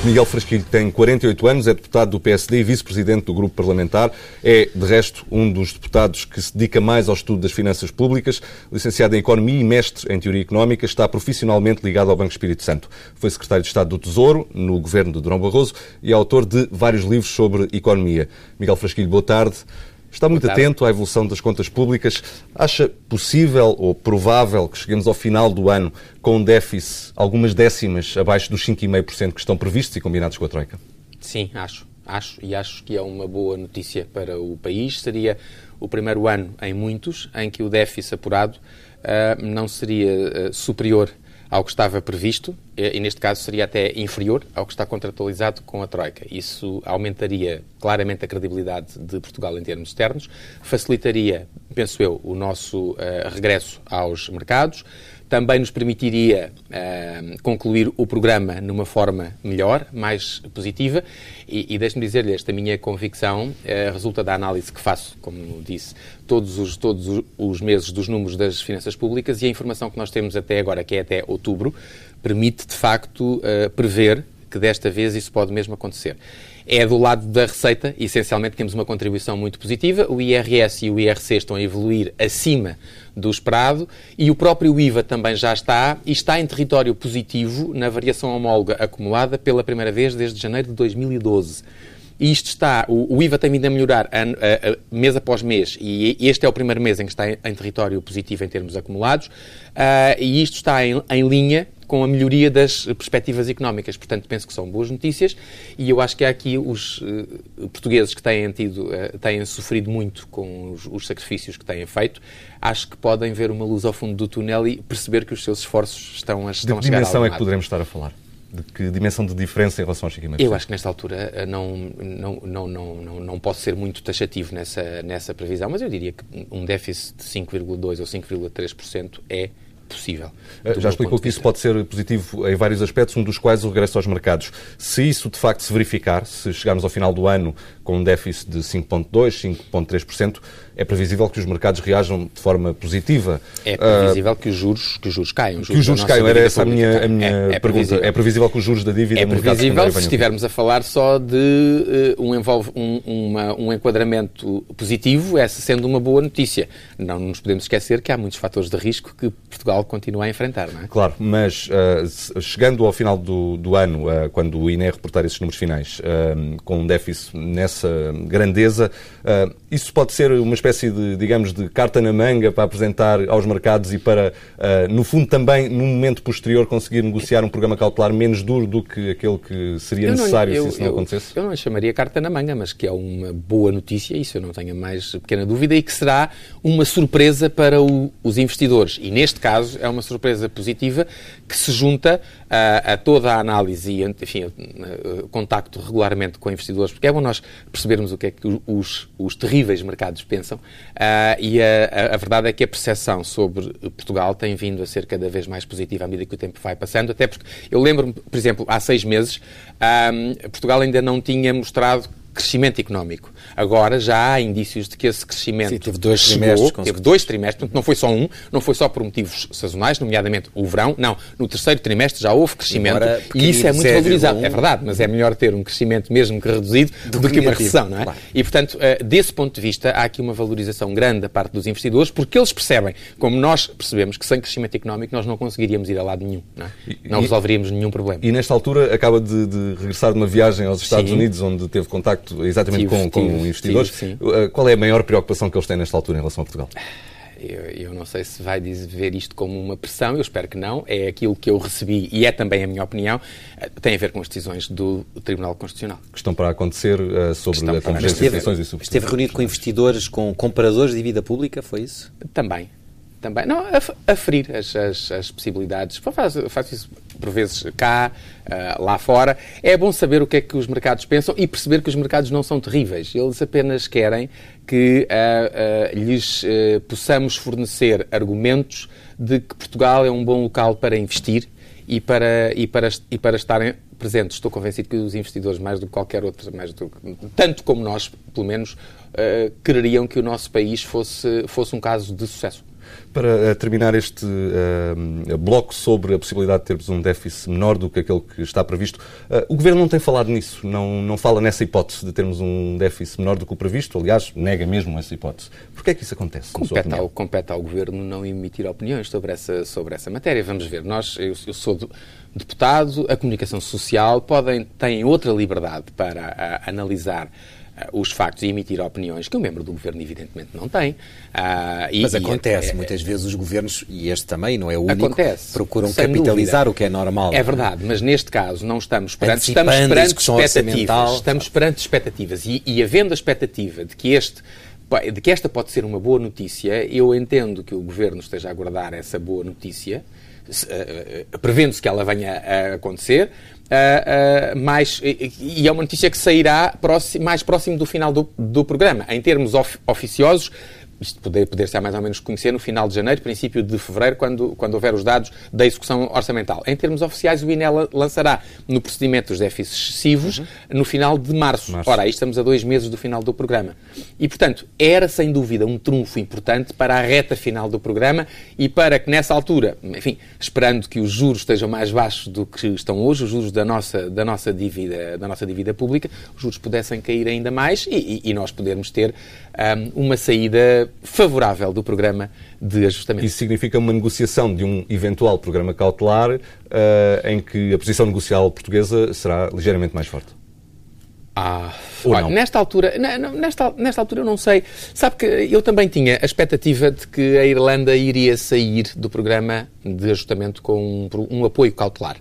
Miguel Frasquilho tem 48 anos, é deputado do PSD e vice-presidente do grupo parlamentar. É, de resto, um dos deputados que se dedica mais ao estudo das finanças públicas. Licenciado em Economia e mestre em Teoria Económica, está profissionalmente ligado ao Banco Espírito Santo. Foi secretário de Estado do Tesouro no governo de Durão Barroso e é autor de vários livros sobre economia. Miguel Frasquilho, boa tarde. Está muito atento à evolução das contas públicas. Acha possível ou provável que cheguemos ao final do ano com um déficit algumas décimas abaixo dos 5,5% que estão previstos e combinados com a Troika? Sim, acho que é uma boa notícia para o país. Seria o primeiro ano em muitos em que o déficit apurado não seria superior ao que estava previsto e, neste caso, seria até inferior ao que está contratualizado com a Troika. Isso aumentaria claramente a credibilidade de Portugal em termos externos, facilitaria, penso eu, o nosso regresso aos mercados, também nos permitiria concluir o programa numa forma melhor, mais positiva e deixe-me dizer-lhe, esta minha convicção resulta da análise que faço, como disse, todos os meses dos números das finanças públicas e a informação que nós temos até agora, que é até outubro, permite de facto prever que desta vez isso pode mesmo acontecer. É do lado da receita, essencialmente temos uma contribuição muito positiva, o IRS e o IRC estão a evoluir acima do esperado e o próprio IVA também já está e está em território positivo na variação homóloga acumulada pela primeira vez desde janeiro de 2012. E isto está, o IVA tem vindo a melhorar mês após mês e este é o primeiro mês em que está em território positivo em termos acumulados e isto está em linha com a melhoria das perspectivas económicas. Portanto, penso que são boas notícias e eu acho que há aqui os portugueses que têm sofrido muito com os sacrifícios que têm feito. Acho que podem ver uma luz ao fundo do túnel e perceber que os seus esforços estão a chegar a algum lado. De que dimensão é que poderemos estar a falar? De que dimensão de diferença em relação aos 5,5%? Eu acho que nesta altura não posso ser muito taxativo nessa previsão, mas eu diria que um déficit de 5,2% ou 5,3% é possível. Já explicou que isso pode ser positivo em vários aspectos, um dos quais o regresso aos mercados. Se isso de facto se verificar, se chegarmos ao final do ano com um déficit de 5,2%, 5,3%, é previsível que os mercados reajam de forma positiva. É previsível que os juros caiam. Que os juros caiam, era essa a minha pergunta. É previsível que os juros da dívida no mercado secundário venham. Se estivermos a falar só de um enquadramento positivo, essa sendo uma boa notícia. Não nos podemos esquecer que há muitos fatores de risco que Portugal continua a enfrentar, não é? Claro, mas chegando ao final do ano, quando o INE reportar esses números finais, com um déficit nessa grandeza, isso pode ser uma espécie de, digamos, de carta na manga para apresentar aos mercados e para, no fundo, também, num momento posterior, conseguir negociar um programa cautelar menos duro do que aquele que seria necessário se isso não acontecesse? Eu não chamaria carta na manga, mas que é uma boa notícia, isso eu não tenho a mais pequena dúvida, e que será uma surpresa para os investidores. E, neste caso, é uma surpresa positiva que se junta a toda a análise e, enfim, contacto regularmente com investidores, porque é bom nós percebermos o que é que os terríveis mercados pensam, e a verdade é que a percepção sobre Portugal tem vindo a ser cada vez mais positiva à medida que o tempo vai passando, até porque eu lembro-me, por exemplo, há 6 meses, Portugal ainda não tinha mostrado crescimento económico. Agora já há indícios de que esse crescimento teve 2 trimestres. Teve 2 trimestres, portanto não foi só um, não foi só por motivos sazonais, nomeadamente o verão, não. No terceiro trimestre já houve crescimento e isso é muito valorizado. É verdade, mas é melhor ter um crescimento mesmo que reduzido do que uma recessão, não é? Claro. E, portanto, desse ponto de vista, há aqui uma valorização grande da parte dos investidores, porque eles percebem, como nós percebemos, que sem crescimento económico nós não conseguiríamos ir a lado nenhum, não é? Não resolveríamos nenhum problema. E nesta altura acaba de regressar de uma viagem aos Estados Unidos, onde teve contacto exatamente com investidores. Sim. Qual é a maior preocupação que eles têm nesta altura em relação a Portugal? Eu não sei se vai ver isto como uma pressão, eu espero que não. É aquilo que eu recebi e é também a minha opinião. Tem a ver com as decisões do Tribunal Constitucional. Que estão para acontecer sobre a convergência de pensões e sobre... Esteve reunido com investidores, com comparadores de dívida pública, foi isso? Também. Não, aferir as possibilidades. Faço isso por vezes cá, lá fora. É bom saber o que é que os mercados pensam e perceber que os mercados não são terríveis. Eles apenas querem que lhes possamos fornecer argumentos de que Portugal é um bom local para investir e para estarem presentes. Estou convencido que os investidores, mais do que qualquer outro, tanto como nós, pelo menos, quereriam que o nosso país fosse um caso de sucesso. Para terminar este bloco sobre a possibilidade de termos um déficit menor do que aquele que está previsto, o Governo não tem falado nisso, não fala nessa hipótese de termos um déficit menor do que o previsto, aliás, nega mesmo essa hipótese. Porquê é que isso acontece? Compete ao Governo não emitir opiniões sobre essa matéria. Vamos ver, eu sou deputado, a comunicação social tem outra liberdade para analisar os factos e emitir opiniões que um membro do Governo evidentemente não tem. Mas acontece, muitas vezes os governos, e este também não é o único, procuram sem capitalizar dúvida. O que é normal. É verdade, mas neste caso não estamos perante expectativas. E havendo a expectativa de que esta pode ser uma boa notícia, eu entendo que o Governo esteja a aguardar essa boa notícia, prevendo-se que ela venha a acontecer, e é uma notícia que sairá mais próximo do final do programa. Em termos oficiosos, isto poder-se mais ou menos conhecer no final de janeiro, princípio de fevereiro, quando houver os dados da execução orçamental. Em termos oficiais, o INE lançará no procedimento dos déficits excessivos no final de março. Ora, aí estamos a 2 meses do final do programa. E, portanto, era sem dúvida um trunfo importante para a reta final do programa e para que nessa altura, enfim, esperando que os juros estejam mais baixos do que estão hoje, os juros da nossa dívida pública, os juros pudessem cair ainda mais e nós podermos ter uma saída favorável do programa de ajustamento. Isso significa uma negociação de um eventual programa cautelar em que a posição negocial portuguesa será ligeiramente mais forte? Olha, nesta altura eu não sei. Sabe que eu também tinha a expectativa de que a Irlanda iria sair do programa de ajustamento com um apoio cautelar.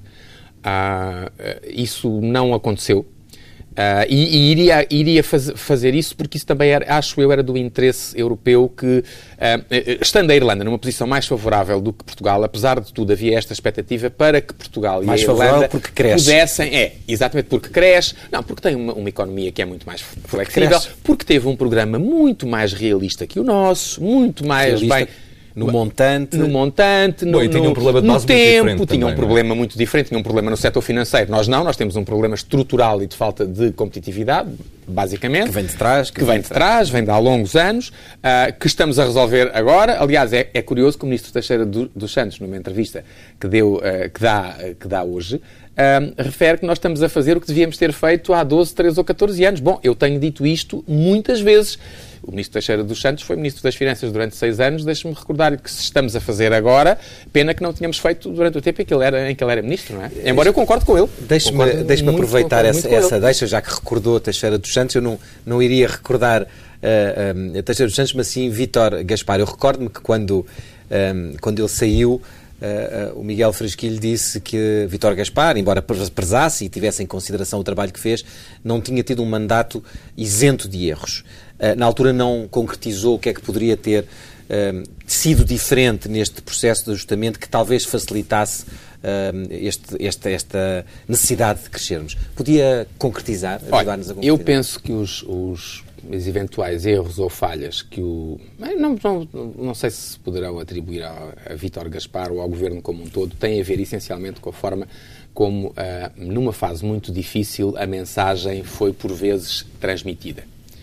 Isso não aconteceu. E iria fazer isso porque isso também era do interesse europeu que, estando a Irlanda numa posição mais favorável do que Portugal, apesar de tudo havia esta expectativa para que Portugal e a Irlanda pudessem, exatamente porque cresce, porque tem uma economia que é muito mais flexível, porque teve um programa muito mais realista que o nosso, muito mais bem... No montante, tinha um problema de base no tempo, muito tinha também, um problema muito diferente, tinha um problema no setor financeiro. Nós temos um problema estrutural e de falta de competitividade, basicamente. Que vem de trás. Vem de há longos anos, que estamos a resolver agora. Aliás, é curioso que o Ministro Teixeira dos Santos, numa entrevista que dá hoje, refere que nós estamos a fazer o que devíamos ter feito há 12, 13 ou 14 anos. Bom, eu tenho dito isto muitas vezes. O Ministro Teixeira dos Santos foi Ministro das Finanças durante 6 anos. Deixe-me recordar que se estamos a fazer agora, pena que não tínhamos feito durante o tempo em que ele era Ministro, não é? Embora eu concorde com ele. Deixe-me aproveitar essa deixa, já que recordou Teixeira dos Santos. Eu não iria recordar a Teixeira dos Santos, mas sim Vítor Gaspar. Eu recordo-me que quando ele saiu, o Miguel Frasquilho disse que Vítor Gaspar, embora prezasse e tivesse em consideração o trabalho que fez, não tinha tido um mandato isento de erros. Na altura não concretizou o que é que poderia ter sido diferente neste processo de ajustamento que talvez facilitasse esta necessidade de crescermos. Podia concretizar? Ajudar-nos a concretizar? Eu penso que os eventuais erros ou falhas que não sei se poderão atribuir a Vítor Gaspar ou ao Governo como um todo, têm a ver essencialmente com a forma como, numa fase muito difícil, a mensagem foi por vezes transmitida.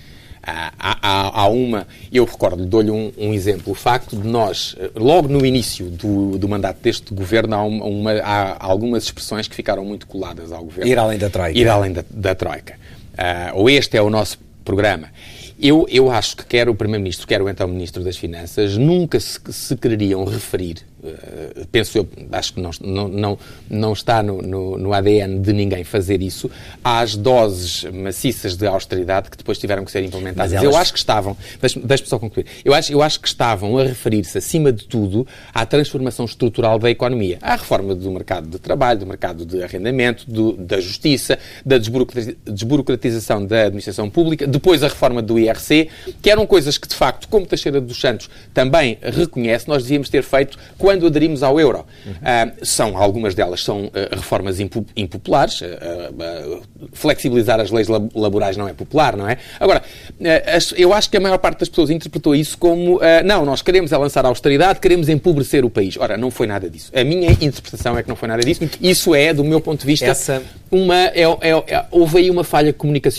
Eu recordo, dou-lhe um exemplo, o facto de nós, logo no início do mandato deste Governo, há algumas expressões que ficaram muito coladas ao Governo. Ir além da Troika. Ir além da Troika. Ou este é o nosso programa. Eu acho que quer o Primeiro-Ministro, quer o então Ministro das Finanças, nunca se quereriam referir, penso eu, acho que não está no ADN de ninguém fazer isso, às doses maciças de austeridade que depois tiveram que ser implementadas. Eu acho que estavam, deixe-me só concluir, eu acho que estavam a referir-se, acima de tudo, à transformação estrutural da economia, à reforma do mercado de trabalho, do mercado de arrendamento, da justiça, da desburocratização da administração pública, depois a reforma do IRC, que eram coisas que, de facto, como Teixeira dos Santos também reconhece, nós devíamos ter feito quando aderimos ao euro. Algumas delas são reformas impopulares. Flexibilizar as leis laborais não é popular, não é? Agora, eu acho que a maior parte das pessoas interpretou isso como nós queremos lançar a austeridade, queremos empobrecer o país. Ora, não foi nada disso. A minha interpretação é que não foi nada disso. Isso é, do meu ponto de vista, houve aí uma falha comunicacional.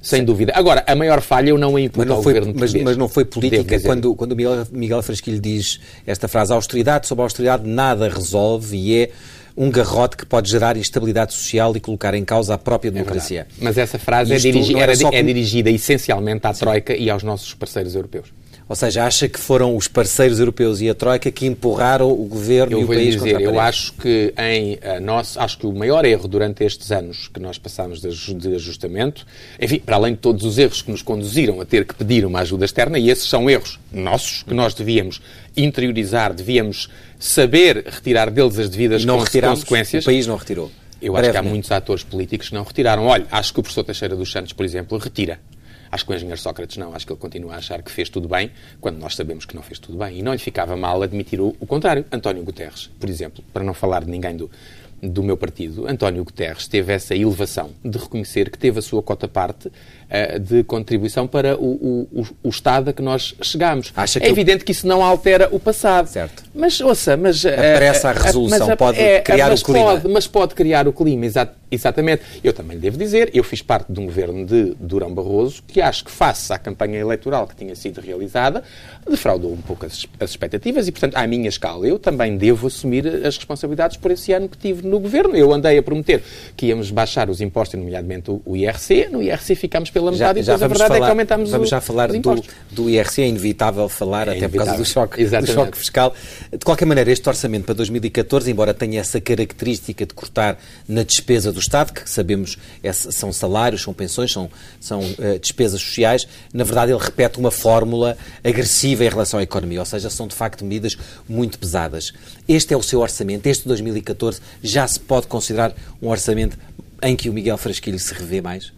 sem dúvida. Agora, a maior falha eu não a imputo ao governo português. Mas não foi política quando o Miguel Frasquilho diz esta frase: austeridade sobre austeridade nada resolve e é um garrote que pode gerar instabilidade social e colocar em causa a própria democracia. Mas essa frase é dirigida essencialmente à Troika e aos nossos parceiros europeus. Ou seja, acha que foram os parceiros europeus e a Troika que empurraram o governo e o país contra a parede? Eu acho que acho que o maior erro durante estes anos que nós passámos de ajustamento, enfim, para além de todos os erros que nos conduziram a ter que pedir uma ajuda externa, e esses são erros nossos, que nós devíamos interiorizar, devíamos saber retirar deles as devidas consequências. O país não retirou. Eu acho que há muitos atores políticos que não retiraram. Olha, acho que o professor Teixeira dos Santos, por exemplo, retira. Acho que o engenheiro Sócrates não, acho que ele continua a achar que fez tudo bem, quando nós sabemos que não fez tudo bem. E não lhe ficava mal admitir o contrário. António Guterres, por exemplo, para não falar de ninguém do meu partido, António Guterres teve essa elevação de reconhecer que teve a sua cota-parte de contribuição para o estado a que nós chegámos. É evidente que isso não altera o passado. Certo. Mas, ouça, aparece a resolução, pode criar o clima. Mas pode criar o clima, exatamente. Eu também devo dizer, eu fiz parte de um governo de Durão Barroso que acho que, face à campanha eleitoral que tinha sido realizada, defraudou um pouco as expectativas e, portanto, à minha escala, eu também devo assumir as responsabilidades por esse ano que tive no governo. Eu andei a prometer que íamos baixar os impostos, nomeadamente o IRC. No IRC ficámos pela metade e depois a verdade é que aumentámos os impostos. Vamos já falar do IRC, é inevitável falar, até por causa do choque fiscal. De qualquer maneira, este orçamento para 2014, embora tenha essa característica de cortar na despesa do Estado, que sabemos são salários, são pensões, são despesas sociais, na verdade ele repete uma fórmula agressiva em relação à economia, ou seja, são de facto medidas muito pesadas. Este é o seu orçamento, este de 2014, já se pode considerar um orçamento em que o Miguel Frasquilho se revê mais?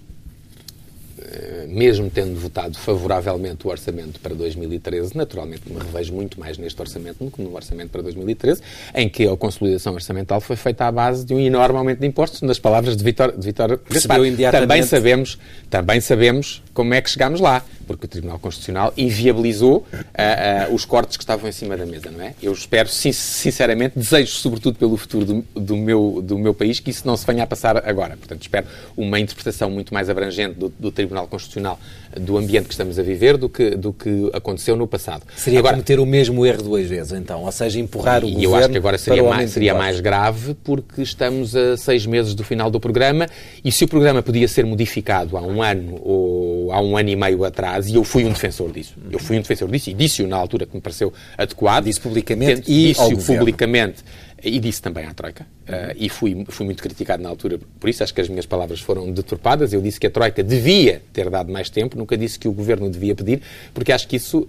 Mesmo tendo votado favoravelmente o orçamento para 2013, naturalmente me revejo muito mais neste orçamento do que no orçamento para 2013, em que a consolidação orçamental foi feita à base de um enorme aumento de impostos, nas palavras de Vítor Gaspar. Também sabemos como é que chegámos lá, porque o Tribunal Constitucional inviabilizou os cortes que estavam em cima da mesa, não é? Eu espero, sinceramente, desejo sobretudo pelo futuro do meu país, que isso não se venha a passar agora. Portanto, espero uma interpretação muito mais abrangente do Tribunal Constitucional do ambiente que estamos a viver do que aconteceu no passado. Seria agora cometer o mesmo erro duas vezes, então? Ou seja, empurrar o governo. E eu acho que agora seria mais grave, porque estamos a 6 meses do final do programa e se o programa podia ser modificado há um ano ou há um ano e meio atrás, e eu fui um defensor disso. E disse-o na altura que me pareceu adequado. Disse publicamente e ao governo. E disse também à Troika, e fui muito criticado na altura por isso, acho que as minhas palavras foram deturpadas. Eu disse que a Troika devia ter dado mais tempo, nunca disse que o Governo devia pedir, porque acho que isso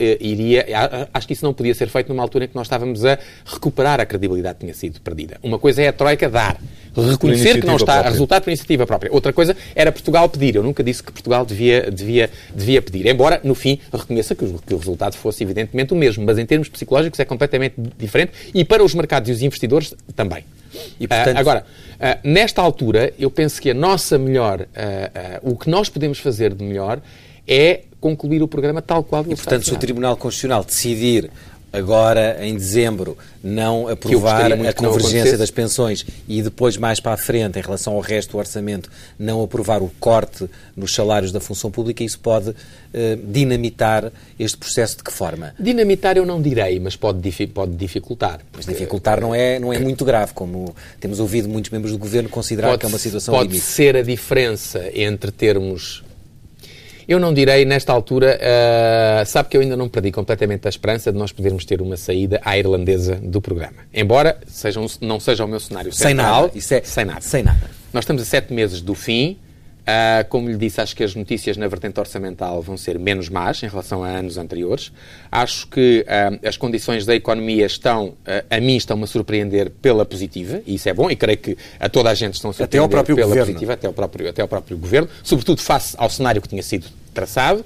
não podia ser feito numa altura em que nós estávamos a recuperar a credibilidade que tinha sido perdida. Uma coisa é a Troika dar, reconhecer que não está a resultar por iniciativa própria. Outra coisa era Portugal pedir. Eu nunca disse que Portugal devia pedir, embora, no fim, reconheça que o resultado fosse evidentemente o mesmo, mas em termos psicológicos é completamente diferente e para os mercados e os investidores também. E, portanto... Agora, nesta altura, eu penso que a nossa melhor, o que nós podemos fazer de melhor é concluir o programa tal qual ele está. E, portanto, se o Tribunal Constitucional decidir agora, em dezembro, não aprovar a convergência das pensões e depois, mais para a frente, em relação ao resto do orçamento, não aprovar o corte nos salários da função pública, isso pode dinamitar este processo de que forma? Dinamitar eu não direi, mas pode dificultar. Mas dificultar não é muito grave, como temos ouvido muitos membros do Governo considerar que é uma situação limite. Pode ser a diferença entre termos... Eu não direi, nesta altura, sabe que eu ainda não perdi completamente a esperança de nós podermos ter uma saída à irlandesa do programa. Embora não seja o meu cenário central. Sem nada. Nós estamos a 7 meses do fim. Como lhe disse, acho que as notícias na vertente orçamental vão ser menos más em relação a anos anteriores. Acho que as condições da economia estão-me a surpreender pela positiva, e isso é bom, e creio que a toda a gente estão a surpreender pela positiva, até ao próprio Governo, sobretudo face ao cenário que tinha sido traçado.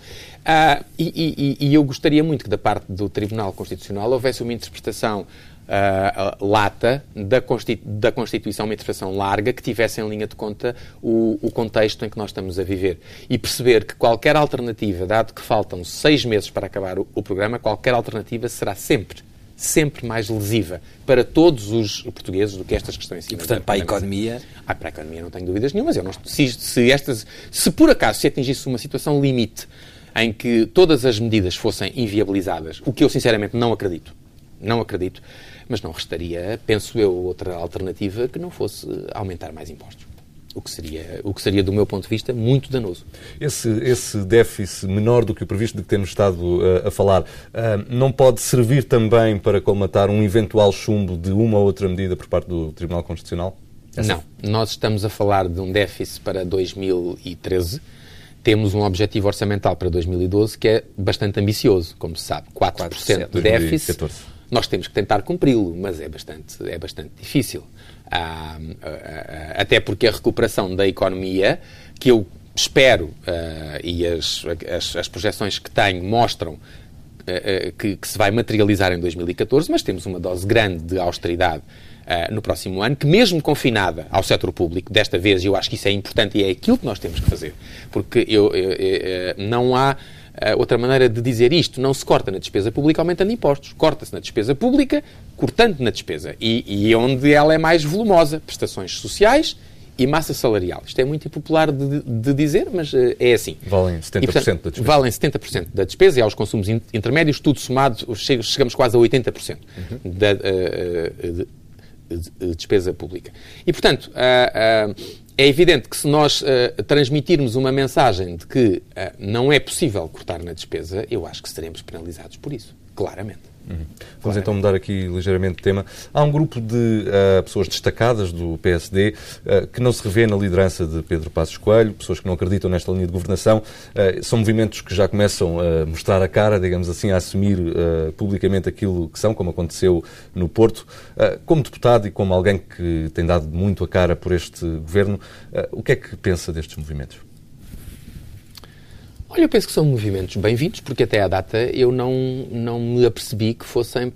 E eu gostaria muito que da parte do Tribunal Constitucional houvesse uma interpretação lata da Constituição, uma interpretação larga que tivesse em linha de conta o contexto em que nós estamos a viver e perceber que qualquer alternativa, dado que faltam 6 meses para acabar o programa, qualquer alternativa será sempre sempre mais lesiva para todos os portugueses do que estas questões em cima. E, portanto, para a economia... Para a economia não tenho dúvidas nenhumas. Se por acaso se atingisse uma situação limite em que todas as medidas fossem inviabilizadas, o que eu sinceramente não acredito, mas não restaria, penso eu, outra alternativa que não fosse aumentar mais impostos. O que seria, do meu ponto de vista, muito danoso. Esse déficit menor do que o previsto de que temos estado a falar não pode servir também para colmatar um eventual chumbo de uma ou outra medida por parte do Tribunal Constitucional? Não. Nós estamos a falar de um déficit para 2013. Temos um objetivo orçamental para 2012 que é bastante ambicioso, como se sabe. 4% de déficit. 2014. Nós temos que tentar cumpri-lo, mas é bastante difícil. Até porque a recuperação da economia, que eu espero, e as projeções que tenho mostram que se vai materializar em 2014, mas temos uma dose grande de austeridade no próximo ano, que mesmo confinada ao setor público, desta vez eu acho que isso é importante e é aquilo que nós temos que fazer, porque não há outra maneira de dizer isto. Não se corta na despesa pública aumentando impostos. Corta-se na despesa pública cortando na despesa. E onde ela é mais volumosa. Prestações sociais e massa salarial. Isto é muito impopular de dizer, mas é assim. Valem 70% da despesa. Valem 70% da despesa e aos consumos intermédios, tudo somado, chegamos quase a 80% da despesa pública. E, portanto, é evidente que se nós transmitirmos uma mensagem de que não é possível cortar na despesa, eu acho que seremos penalizados por isso, claramente. Vamos então mudar aqui ligeiramente de tema. Há um grupo de pessoas destacadas do PSD que não se revê na liderança de Pedro Passos Coelho, pessoas que não acreditam nesta linha de governação. São movimentos que já começam a mostrar a cara, digamos assim, a assumir publicamente aquilo que são, como aconteceu no Porto. Como deputado e como alguém que tem dado muito a cara por este governo, o que é que pensa destes movimentos? Olha, eu penso que são movimentos bem-vindos, porque até à data eu não me apercebi que fossem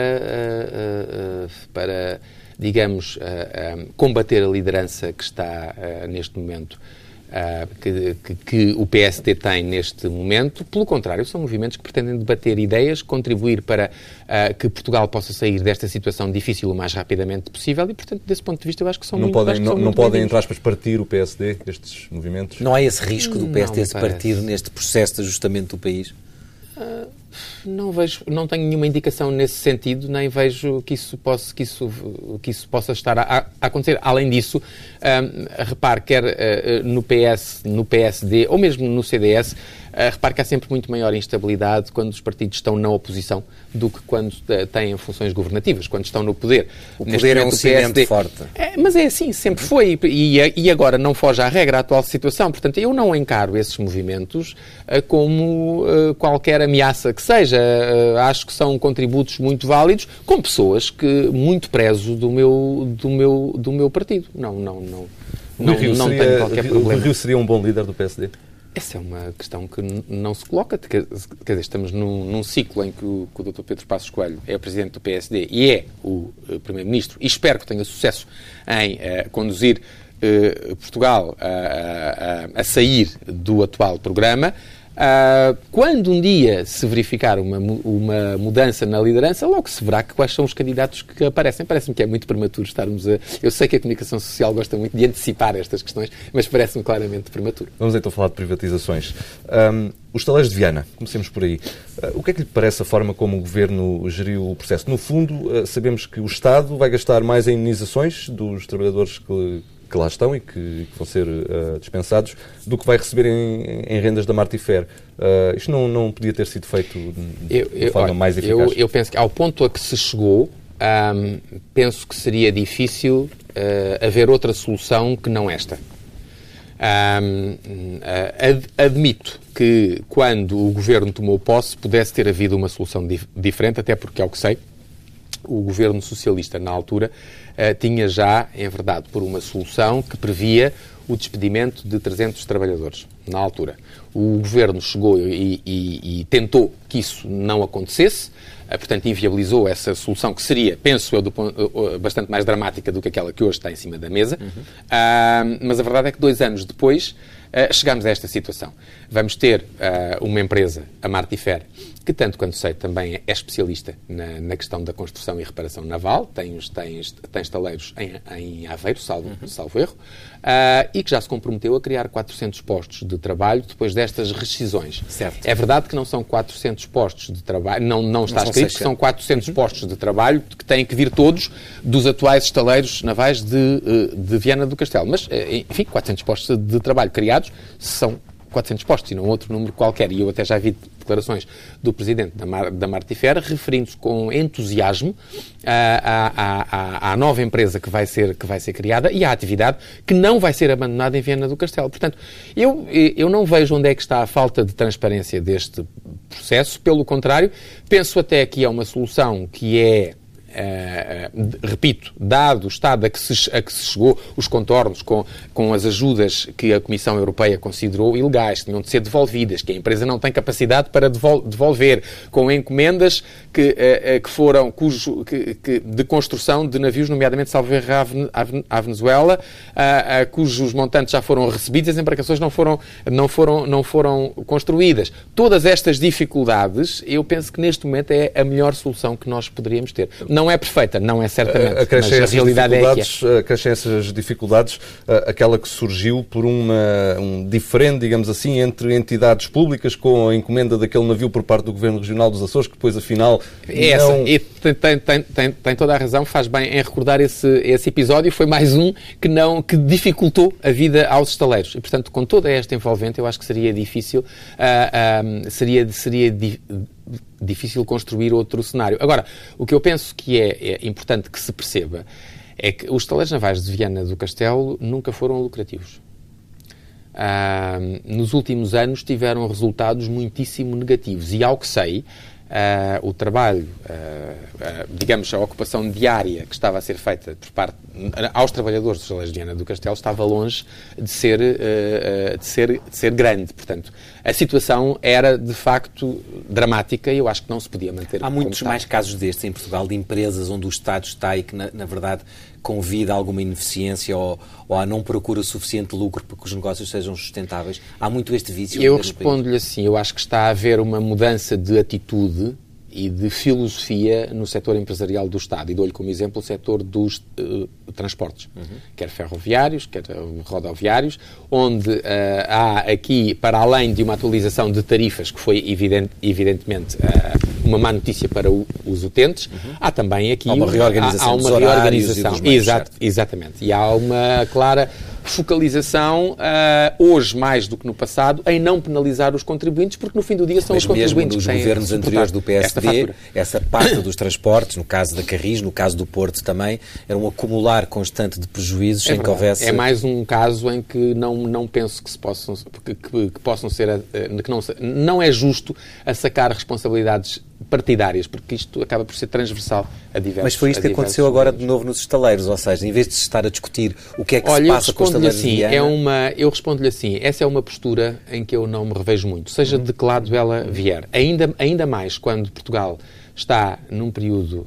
para digamos, combater a liderança que está neste momento, que o PSD tem neste momento. Pelo contrário, são movimentos que pretendem debater ideias, contribuir para que Portugal possa sair desta situação difícil o mais rapidamente possível e, portanto, desse ponto de vista, eu acho que são muito Não podem, entre aspas, partir o PSD, estes movimentos? Não há esse risco do PSD se partir neste processo de ajustamento do país? Não tenho nenhuma indicação nesse sentido, nem vejo que isso possa estar a acontecer. Além disso, repare, quer no PSD ou mesmo no CDS, repare que há sempre muito maior instabilidade quando os partidos estão na oposição do que quando têm funções governativas, quando estão no poder. O poder é um cimento forte. Mas é assim, sempre foi, e agora não foge à regra a atual situação. Portanto, eu não encaro esses movimentos como qualquer ameaça que seja. Acho que são contributos muito válidos, com pessoas que muito prezo do meu partido. Não tenho qualquer problema. O Rio seria um bom líder do PSD? Essa é uma questão que não se coloca. Quer dizer, estamos num ciclo em que o Dr. Pedro Passos Coelho é o Presidente do PSD e é o Primeiro-Ministro, e espero que tenha sucesso em conduzir Portugal a sair do atual programa. Quando um dia se verificar uma mudança na liderança, logo se verá quais são os candidatos que aparecem. Parece-me que é muito prematuro estarmos a... Eu sei que a comunicação social gosta muito de antecipar estas questões, mas parece-me claramente prematuro. Vamos então falar de privatizações. Os taleiros de Viana, comecemos por aí. O que é que lhe parece a forma como o Governo geriu o processo? No fundo, sabemos que o Estado vai gastar mais em indenizações dos trabalhadores que lá estão e que vão ser dispensados, do que vai receber em rendas da Martifer. Isto não podia ter sido feito de forma mais eficaz? Eu penso que ao ponto a que se chegou, penso que seria difícil haver outra solução que não esta. Admito que quando o Governo tomou posse pudesse ter havido uma solução diferente, até porque, ao que sei, o Governo Socialista, na altura, tinha já, em verdade, por uma solução que previa o despedimento de 300 trabalhadores, na altura. O Governo chegou e tentou que isso não acontecesse, portanto, inviabilizou essa solução, que seria, penso eu, bastante mais dramática do que aquela que hoje está em cima da mesa. Mas a verdade é que 2 anos depois chegamos a esta situação. Vamos ter uma empresa, a Martifer, que, tanto quanto sei, também é especialista na questão da construção e reparação naval, tem estaleiros em Aveiro, salvo erro, e que já se comprometeu a criar 400 postos de trabalho depois destas rescisões. Certo. É verdade que não são 400 postos de trabalho, não está escrito que são 400 postos de trabalho que têm que vir todos dos atuais estaleiros navais de Viana do Castelo. Mas, enfim, 400 postos de trabalho criados são 400 postos e não outro número qualquer. E eu até já vi declarações do presidente da Martifer referindo-se com entusiasmo à nova empresa que vai ser criada e à atividade que não vai ser abandonada em Viana do Castelo. Portanto, eu não vejo onde é que está a falta de transparência deste processo. Pelo contrário, penso até que é uma solução que é, repito, dado o estado a que se chegou, os contornos com as ajudas que a Comissão Europeia considerou ilegais, tinham de ser devolvidas, que a empresa não tem capacidade para devolver, com encomendas que foram de construção de navios, nomeadamente salvo erro à Venezuela, cujos montantes já foram recebidos, as embarcações não foram construídas. Todas estas dificuldades, eu penso que neste momento é a melhor solução que nós poderíamos ter. Não é perfeita, não é certamente, mas a realidade é que é. Acrescem essas dificuldades aquela que surgiu por um diferente, digamos assim, entre entidades públicas com a encomenda daquele navio por parte do Governo Regional dos Açores, que depois, afinal, e tem toda a razão, faz bem em recordar esse episódio, foi mais um que dificultou a vida aos estaleiros. E, portanto, com toda esta envolvente, eu acho que seria difícil, difícil construir outro cenário. Agora, o que eu penso que é importante que se perceba é que os estaleiros navais de Viana do Castelo nunca foram lucrativos. Nos últimos anos tiveram resultados muitíssimo negativos e, ao que sei, o trabalho, digamos, a ocupação diária que estava a ser feita por parte aos trabalhadores dos estaleiros de Viana do Castelo estava longe de ser grande. Portanto, a situação era, de facto, dramática e eu acho que não se podia manter. Há muitos mais casos destes em Portugal, de empresas onde o Estado está e que, na verdade, convida a alguma ineficiência ou a não procura suficiente lucro para que os negócios sejam sustentáveis. Há muito este vício. Eu respondo-lhe assim, eu acho que está a haver uma mudança de atitude e de filosofia no setor empresarial do Estado. E dou-lhe como exemplo o setor dos transportes, quer ferroviários, quer rodoviários, onde há aqui, para além de uma atualização de tarifas, que foi evidentemente uma má notícia para os utentes, há também aqui uma reorganização dos horários e dos meios, exatamente. E há uma clara focalização, hoje mais do que no passado, em não penalizar os contribuintes, porque no fim do dia são os contribuintes. Mesmo nos governos anteriores do PSD, essa parte dos transportes, no caso da Carris, no caso do Porto também, era um acumular constante de prejuízos sem que houvesse... É mais um caso em que não penso que possam ser... que não é justo a sacar responsabilidades partidárias, porque isto acaba por ser transversal a diversos... Mas foi isto que aconteceu agora de novo nos estaleiros, ou seja, em vez de se estar a discutir o que é que se passa com os estaleiros de Viana... Eu respondo-lhe assim, essa é uma postura em que eu não me revejo muito, seja de que lado ela vier. Ainda mais quando Portugal está num período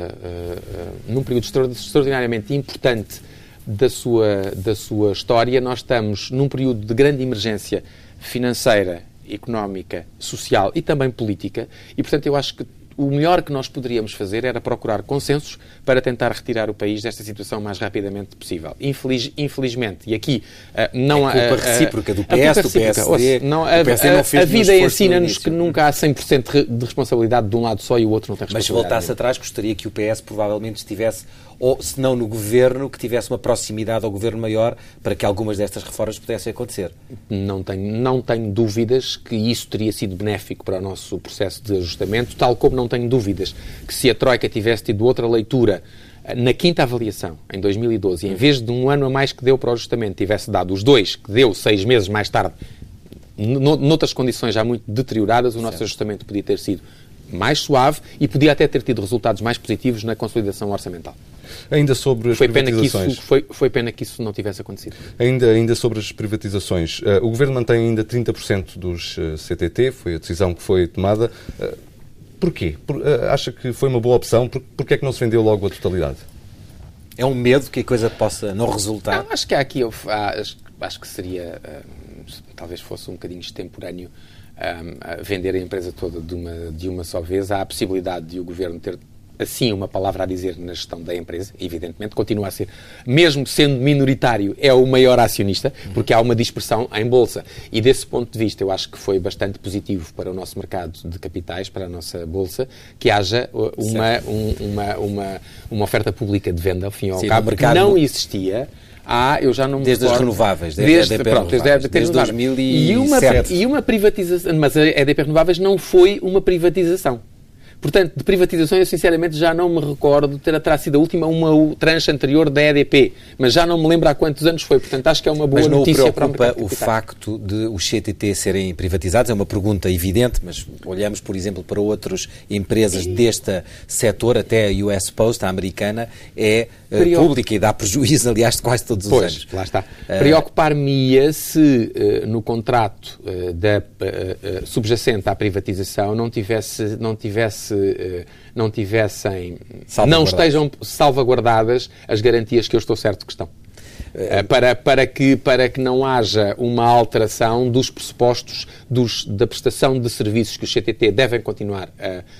extraordinariamente importante da sua história, nós estamos num período de grande emergência financeira, económica, social e também política, e portanto eu acho que o melhor que nós poderíamos fazer era procurar consensos para tentar retirar o país desta situação o mais rapidamente possível. Infelizmente, e aqui não há... A culpa recíproca do PS, do PSD... A vida ensina-nos que nunca há 100% de responsabilidade de um lado só e o outro não tem responsabilidade. Mas se voltasse atrás, gostaria que o PS provavelmente estivesse, ou se não no governo, que tivesse uma proximidade ao governo maior para que algumas destas reformas pudessem acontecer. Não tenho dúvidas que isso teria sido benéfico para o nosso processo de ajustamento, tal como não tenho dúvidas que se a Troika tivesse tido outra leitura na quinta avaliação, em 2012, e em vez de um ano a mais que deu para o ajustamento, tivesse dado os 2, que deu 6 meses mais tarde, noutras condições já muito deterioradas, o nosso ajustamento podia ter sido mais suave e podia até ter tido resultados mais positivos na consolidação orçamental. Ainda sobre as privatizações... Foi pena que isso não tivesse acontecido. Ainda sobre as privatizações, o Governo mantém ainda 30% dos CTT, foi a decisão que foi tomada. Porquê? Acha que foi uma boa opção? Porquê é que não se vendeu logo a totalidade? É um medo que a coisa possa não resultar? Não, acho que há aqui... Acho que seria talvez fosse um bocadinho extemporâneo vender a empresa toda de uma só vez. Há a possibilidade de o Governo ter, assim, uma palavra a dizer na gestão da empresa, evidentemente, continua a ser, mesmo sendo minoritário, é o maior acionista, porque há uma dispersão em bolsa. E desse ponto de vista, eu acho que foi bastante positivo para o nosso mercado de capitais, para a nossa bolsa, que haja uma oferta pública de venda, ao fim e ao cabo, que não existia. Eu já não me desde recordo, as renováveis, desde a desde 2007. E uma privatização, mas a EDP Renováveis não foi uma privatização. Portanto, de privatização, eu sinceramente já não me recordo, terá sido a última, uma tranche anterior da EDP, mas já não me lembro há quantos anos foi, portanto acho que é uma boa notícia para o mercado. Mas não o preocupa o facto de os CTT serem privatizados? É uma pergunta evidente, mas olhamos, por exemplo, para outras empresas deste setor, até a US Post, a americana, é pública e dá prejuízo, aliás, de quase todos os anos. Lá está. Preocupar-me-ia se no contrato subjacente à privatização não estejam salvaguardadas as garantias que eu estou certo que estão. Para que não haja uma alteração dos pressupostos da prestação de serviços que os CTT devem continuar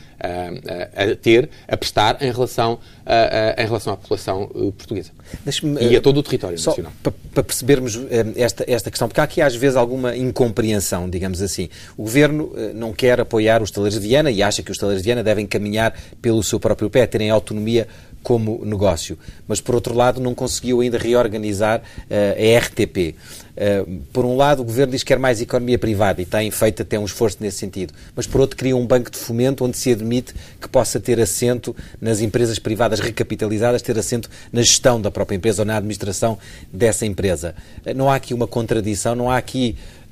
a prestar em relação à população portuguesa e a todo o território nacional. Para percebermos esta questão, porque há aqui às vezes alguma incompreensão, digamos assim. O Governo não quer apoiar os estaleiros de Viana e acha que os estaleiros de Viana devem caminhar pelo seu próprio pé, terem autonomia como negócio, mas por outro lado não conseguiu ainda reorganizar a RTP. Por um lado o Governo diz que quer mais economia privada e tem feito até um esforço nesse sentido, mas por outro cria um banco de fomento onde se admite que possa ter assento nas empresas privadas recapitalizadas, ter assento na gestão da própria empresa ou na administração dessa empresa. Não há aqui uma contradição, não há aqui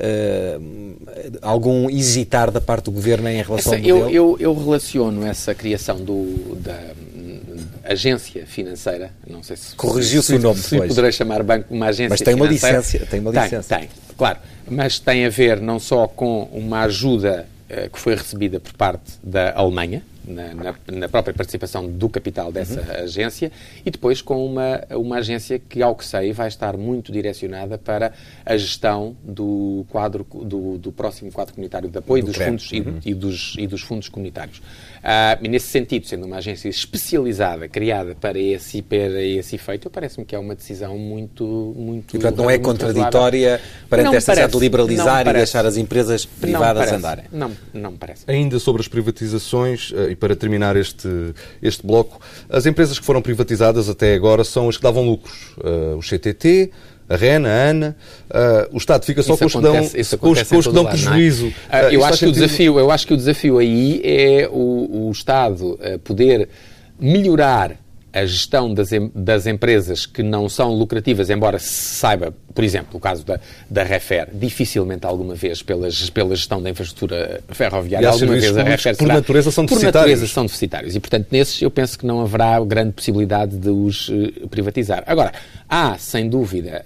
algum hesitar da parte do Governo em relação ao modelo? Eu relaciono essa criação da agência financeira, não sei se corrigiu-se o nome se poderei chamar banco uma agência mas tem uma financeira. Licença, tem uma licença. Tem, claro, mas tem a ver não só com uma ajuda que foi recebida por parte da Alemanha, na própria participação do capital dessa agência, e depois com uma agência que, ao que sei, vai estar muito direcionada para a gestão do próximo quadro comunitário de apoio dos fundos e dos fundos comunitários. E nesse sentido, sendo uma agência especializada, criada para esse efeito, parece-me que é uma decisão muito e, portanto, não é contraditória perante esta necessidade de liberalizar e deixar as empresas privadas andarem? Não me parece. Ainda sobre as privatizações, e para terminar este bloco, as empresas que foram privatizadas até agora são as que davam lucros. O CTT, a REN, a ANA, o Estado fica só com os que dão prejuízo. Eu acho que o desafio aí é o Estado poder melhorar a gestão das empresas que não são lucrativas, embora se saiba, por exemplo, o caso da Refer, dificilmente alguma vez pela gestão da infraestrutura ferroviária, alguma vez a Refer por natureza são deficitários. E, portanto, nesses eu penso que não haverá grande possibilidade de os privatizar. Agora, há, sem dúvida,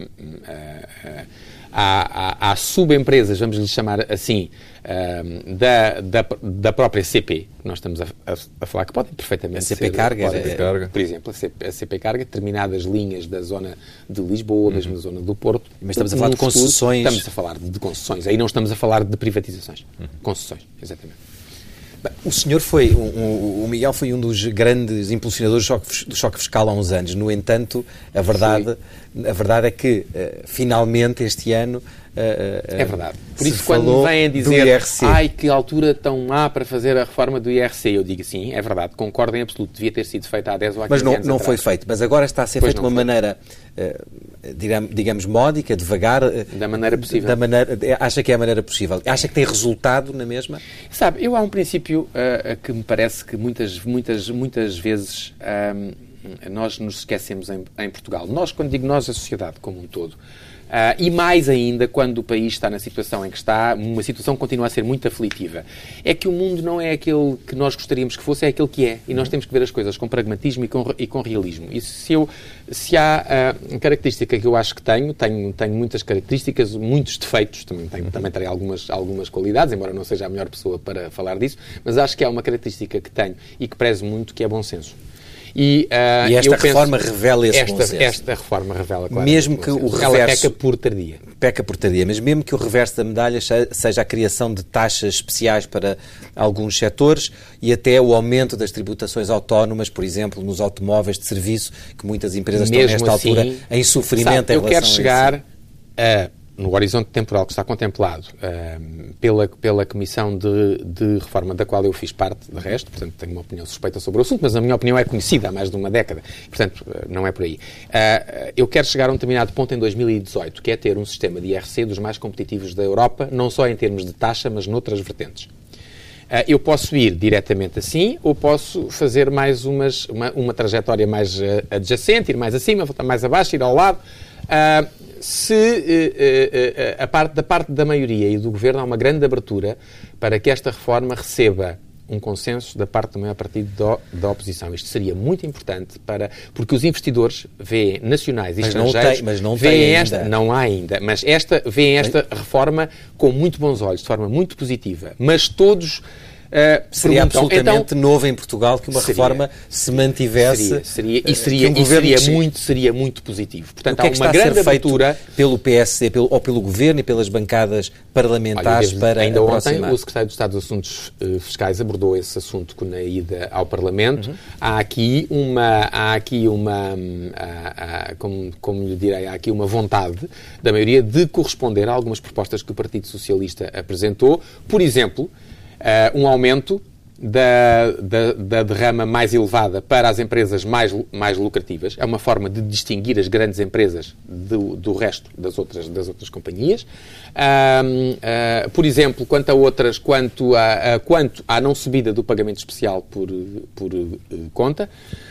há subempresas, vamos lhe chamar assim, da própria CP, que nós estamos a falar, que podem perfeitamente ser... A CP Carga. Por exemplo, a CP Carga, determinadas linhas da zona de Lisboa, mesmo da zona do Porto. Mas estamos a falar de concessões. Estamos a falar de concessões. Aí não estamos a falar de privatizações. Concessões, exatamente. O senhor o Miguel foi um dos grandes impulsionadores do choque fiscal há uns anos. No entanto, a verdade é que, finalmente, este ano... é verdade. Por isso, quando me vêm dizer que altura tão má para fazer a reforma do IRC, eu digo sim, é verdade, concordo em absoluto, devia ter sido feita há 10 ou há 15 anos. Mas não foi feito. Mas agora está a ser feito de uma maneira, digamos, módica, devagar. Da maneira possível. Acha que é a maneira possível? Acha que tem resultado na mesma? Sabe, há um princípio que me parece que muitas vezes nós nos esquecemos em Portugal. Nós, quando digo nós, a sociedade como um todo. E mais ainda quando o país está na situação em que está, uma situação que continua a ser muito aflitiva. É que o mundo não é aquele que nós gostaríamos que fosse, é aquele que é. E nós temos que ver as coisas com pragmatismo e com realismo. E se há característica que eu acho que tenho muitas características, muitos defeitos, também tenho algumas qualidades, embora não seja a melhor pessoa para falar disso, mas acho que há uma característica que tenho e que prezo muito, que é bom senso. E esta reforma revela esse consenso. Esta reforma revela, claro. Mesmo que o reverso... Ela peca por tardia. Peca por tardia, mas mesmo que o reverso da medalha seja a criação de taxas especiais para alguns setores e até o aumento das tributações autónomas, por exemplo, nos automóveis de serviço, que muitas empresas estão nesta altura em sofrimento em relação a isso. Eu quero chegar no horizonte temporal que está contemplado pela Comissão de Reforma, da qual eu fiz parte, de resto, portanto tenho uma opinião suspeita sobre o assunto, mas a minha opinião é conhecida há mais de uma década, portanto não é por aí. Eu quero chegar a um determinado ponto em 2018, que é ter um sistema de IRC dos mais competitivos da Europa, não só em termos de taxa, mas noutras vertentes. Eu posso ir diretamente assim, ou posso fazer mais uma trajetória mais adjacente, ir mais acima, voltar mais abaixo, ir ao lado. Se da parte da maioria e do Governo há uma grande abertura para que esta reforma receba um consenso da parte do maior partido da oposição. Isto seria muito importante porque os investidores veem nacionais e estrangeiros... Mas não tem ainda. Não há ainda, mas veem esta reforma com muito bons olhos, de forma muito positiva. Mas todos... seria absolutamente novo em Portugal que uma reforma se mantivesse. Seria muito positivo. Portanto, o que é que está a ser feito pelo PSD ou pelo Governo e pelas bancadas parlamentares para ainda aproximar? Ontem o Secretário de Estado dos Assuntos Fiscais abordou esse assunto na ida ao Parlamento. Há aqui uma vontade da maioria de corresponder a algumas propostas que o Partido Socialista apresentou. Por exemplo, um aumento da derrama mais elevada para as empresas mais lucrativas. É uma forma de distinguir as grandes empresas do resto das outras companhias. Por exemplo, quanto à não subida do pagamento especial por conta.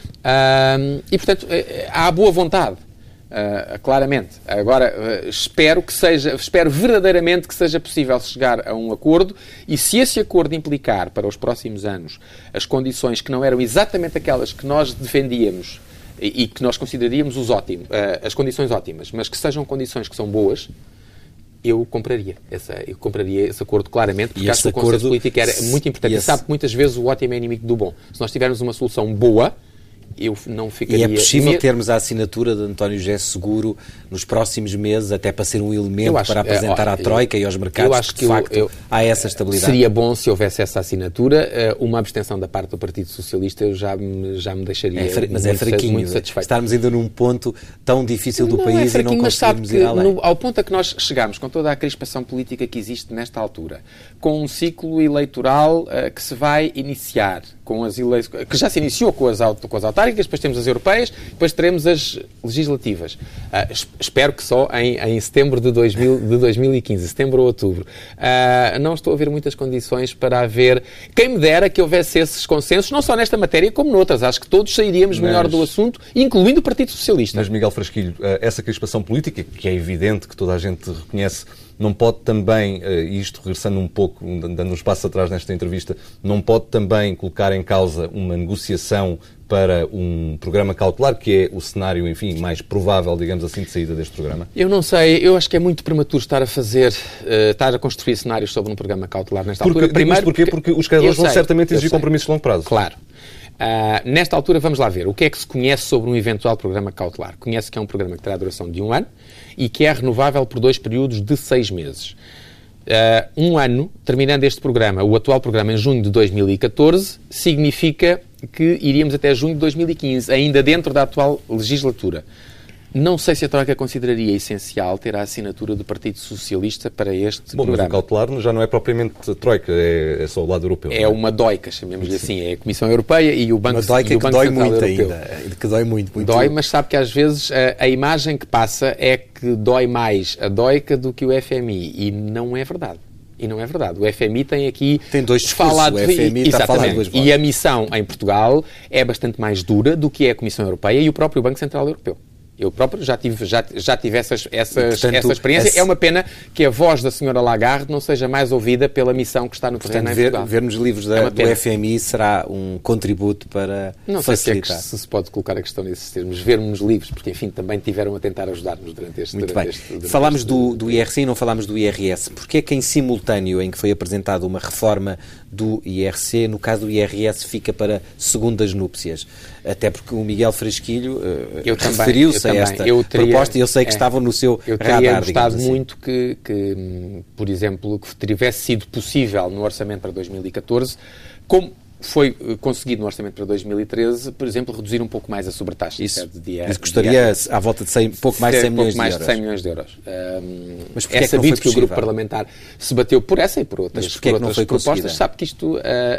E, portanto, há boa vontade. Claramente. Agora, espero verdadeiramente que seja possível chegar a um acordo e se esse acordo implicar para os próximos anos as condições que não eram exatamente aquelas que nós defendíamos e que nós consideraríamos as condições ótimas, mas que sejam condições que são boas, eu compraria esse acordo claramente, porque acho que o consenso político era muito importante. E sabe que muitas vezes o ótimo é inimigo do bom. Se nós tivermos uma solução boa, eu não ficaria... E é possível termos a assinatura de António José Seguro nos próximos meses, até para ser um elemento para apresentar à Troika e aos mercados que de facto há essa estabilidade? Seria bom se houvesse essa assinatura. Uma abstenção da parte do Partido Socialista eu já me deixaria muito satisfeito. Estarmos ainda num ponto tão difícil do país e não conseguimos ir além. Ao ponto a que nós chegamos, com toda a crispação política que existe nesta altura, com um ciclo eleitoral que se vai iniciar, que já se iniciou com as autárquicas, depois temos as europeias, depois teremos as legislativas. Espero que só em setembro de 2015, setembro ou outubro. Não estou a ver muitas condições para haver... Quem me dera que houvesse esses consensos, não só nesta matéria como noutras. Acho que todos sairíamos melhor do assunto, incluindo o Partido Socialista. Mas, Miguel Frasquilho, essa crispação política, que é evidente, que toda a gente reconhece, não pode também, e isto regressando um pouco, dando uns passos atrás nesta entrevista, não pode também colocar em causa uma negociação para um programa cautelar, que é o cenário, enfim, mais provável, digamos assim, de saída deste programa? Eu não sei, eu acho que é muito prematuro estar a construir cenários sobre um programa cautelar nesta altura. Primeiro, porquê? Porque os credores vão certamente exigir compromissos de longo prazo. Claro. Nesta altura, vamos lá ver o que é que se conhece sobre um eventual programa cautelar. Conhece que é um programa que terá a duração de 1 ano e que é renovável por 2 períodos de 6 meses. 1 ano, terminando este programa, o atual programa em junho de 2014, significa que iríamos até junho de 2015, ainda dentro da atual legislatura. Não sei se a Troika consideraria essencial ter a assinatura do Partido Socialista para este programa. Mas o cautelar já não é propriamente a Troika, é só o lado europeu. É uma doica, chamemos-lhe assim. É a Comissão Europeia e o Banco Central Europeu. Uma doica que dói muito ainda. Que dói muito. Dói, mas sabe que às vezes a imagem que passa é que dói mais a doica do que o FMI. E não é verdade. O FMI tem aqui... Tem dois discursos, o FMI está a falar duas vozes. E a missão em Portugal é bastante mais dura do que é a Comissão Europeia e o próprio Banco Central Europeu. Eu próprio já tive essa experiência. Portanto, é uma pena que a voz da senhora Lagarde não seja mais ouvida pela missão que está no terreno em Portugal. Ver nos livros do FMI será um contributo para não facilitar. Não sei se pode colocar a questão nesses termos. Ver nos livros, porque, enfim, também tiveram a tentar ajudar-nos durante este... Muito bem. Falámos do IRC e não falámos do IRS. Porquê é que em simultâneo em que foi apresentada uma reforma do IRC, no caso do IRS fica para segundas núpcias? Até porque o Miguel Fresquilho referiu-se a esta proposta e eu sei que estavam no seu radar. Eu teria gostado muito que, por exemplo, que tivesse sido possível no orçamento para 2014, como foi conseguido no orçamento para 2013, por exemplo, reduzir um pouco mais a sobretaxa. Isso custaria à volta de pouco mais de 100 milhões de euros. Mais de 100 milhões de euros. Mas é sabido que o grupo parlamentar se bateu por essa e por outras propostas. Sabe que isto...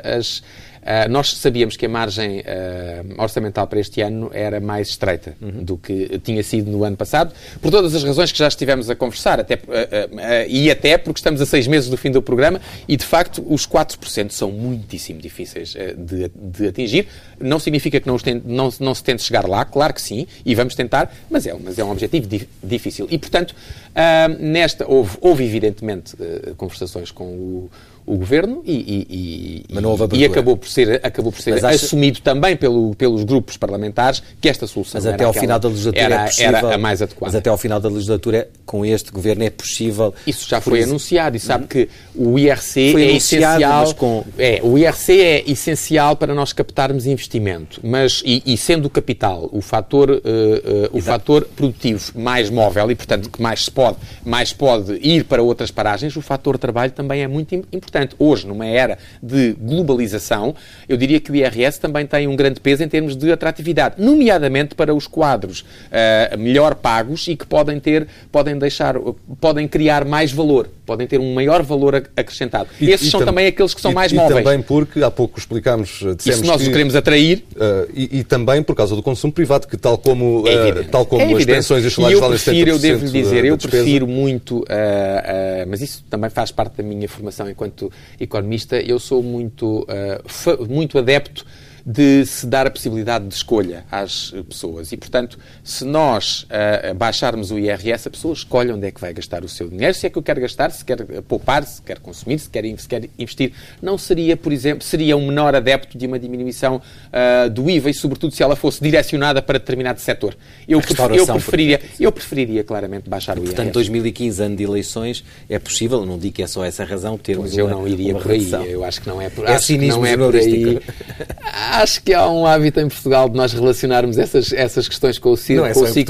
nós sabíamos que a margem orçamental para este ano era mais estreita do que tinha sido no ano passado, por todas as razões que já estivemos a conversar, até porque estamos a 6 meses do fim do programa e, de facto, os 4% são muitíssimo difíceis de atingir. Não significa que não se tente chegar lá, claro que sim, e vamos tentar, mas é um objetivo difícil. E, portanto, houve evidentemente conversações com o Governo e acabou por ser assumido também pelos grupos parlamentares que esta solução até ao final da legislatura era a mais adequada. Mas até ao final da legislatura, com este Governo, é possível... Isso já foi anunciado e sabe que o IRC é essencial... o IRC é essencial para nós captarmos investimento, mas sendo o capital o fator produtivo mais móvel e, portanto, que mais pode ir para outras paragens, o fator trabalho também é muito importante. Hoje, numa era de globalização, eu diria que o IRS também tem um grande peso em termos de atratividade, nomeadamente para os quadros melhor pagos e que podem criar mais valor, podem ter um maior valor acrescentado. Esses são também aqueles que são mais móveis. E também porque, há pouco explicámos, dissemos que nós os queremos atrair. E também por causa do consumo privado, que tal como as pensões e os salários valem 70%. Eu devo lhe dizer, eu prefiro muito, mas isso também faz parte da minha formação enquanto economista, eu sou muito adepto de se dar a possibilidade de escolha às pessoas. E, portanto, se nós baixarmos o IRS, a pessoa escolhe onde é que vai gastar o seu dinheiro, se é que eu quero gastar, se quer poupar, se quer consumir, se quer investir. Não seria, por exemplo, seria um menor adepto de uma diminuição do IVA e, sobretudo, se ela fosse direcionada para determinado setor. Eu preferiria claramente baixar o IRS. Portanto, 2015, ano de eleições, é possível, não digo que é só essa razão, termos eu não iria por aí. Eu acho que não é por aí. É cinismo jornalístico. Acho que há um hábito em Portugal de nós relacionarmos essas questões com o ciclo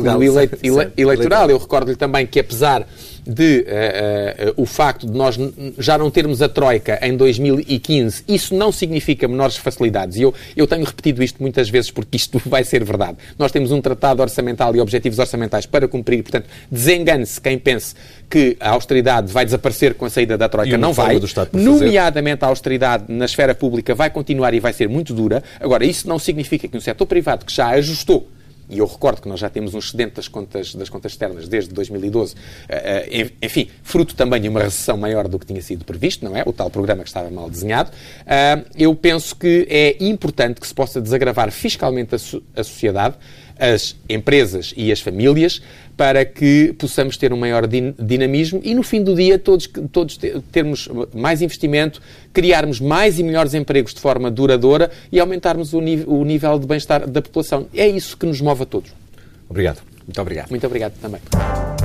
eleitoral. Eu recordo-lhe também que, apesar de o facto de nós já não termos a Troika em 2015, isso não significa menores facilidades. E eu tenho repetido isto muitas vezes porque isto vai ser verdade. Nós temos um tratado orçamental e objetivos orçamentais para cumprir, portanto, desengane-se quem pense que a austeridade vai desaparecer com a saída da Troika. Não vai. Nomeadamente a austeridade na esfera pública vai continuar e vai ser muito dura. Agora, isso não significa que no setor privado, que já ajustou, e eu recordo que nós já temos um excedente das contas externas desde 2012, enfim, fruto também de uma recessão maior do que tinha sido previsto, não é? O tal programa que estava mal desenhado. Eu penso que é importante que se possa desagravar fiscalmente a sociedade, as empresas e as famílias, para que possamos ter um maior dinamismo e, no fim do dia, todos termos mais investimento, criarmos mais e melhores empregos de forma duradoura e aumentarmos o nível de bem-estar da população. É isso que nos move a todos. Obrigado. Muito obrigado. Muito obrigado também.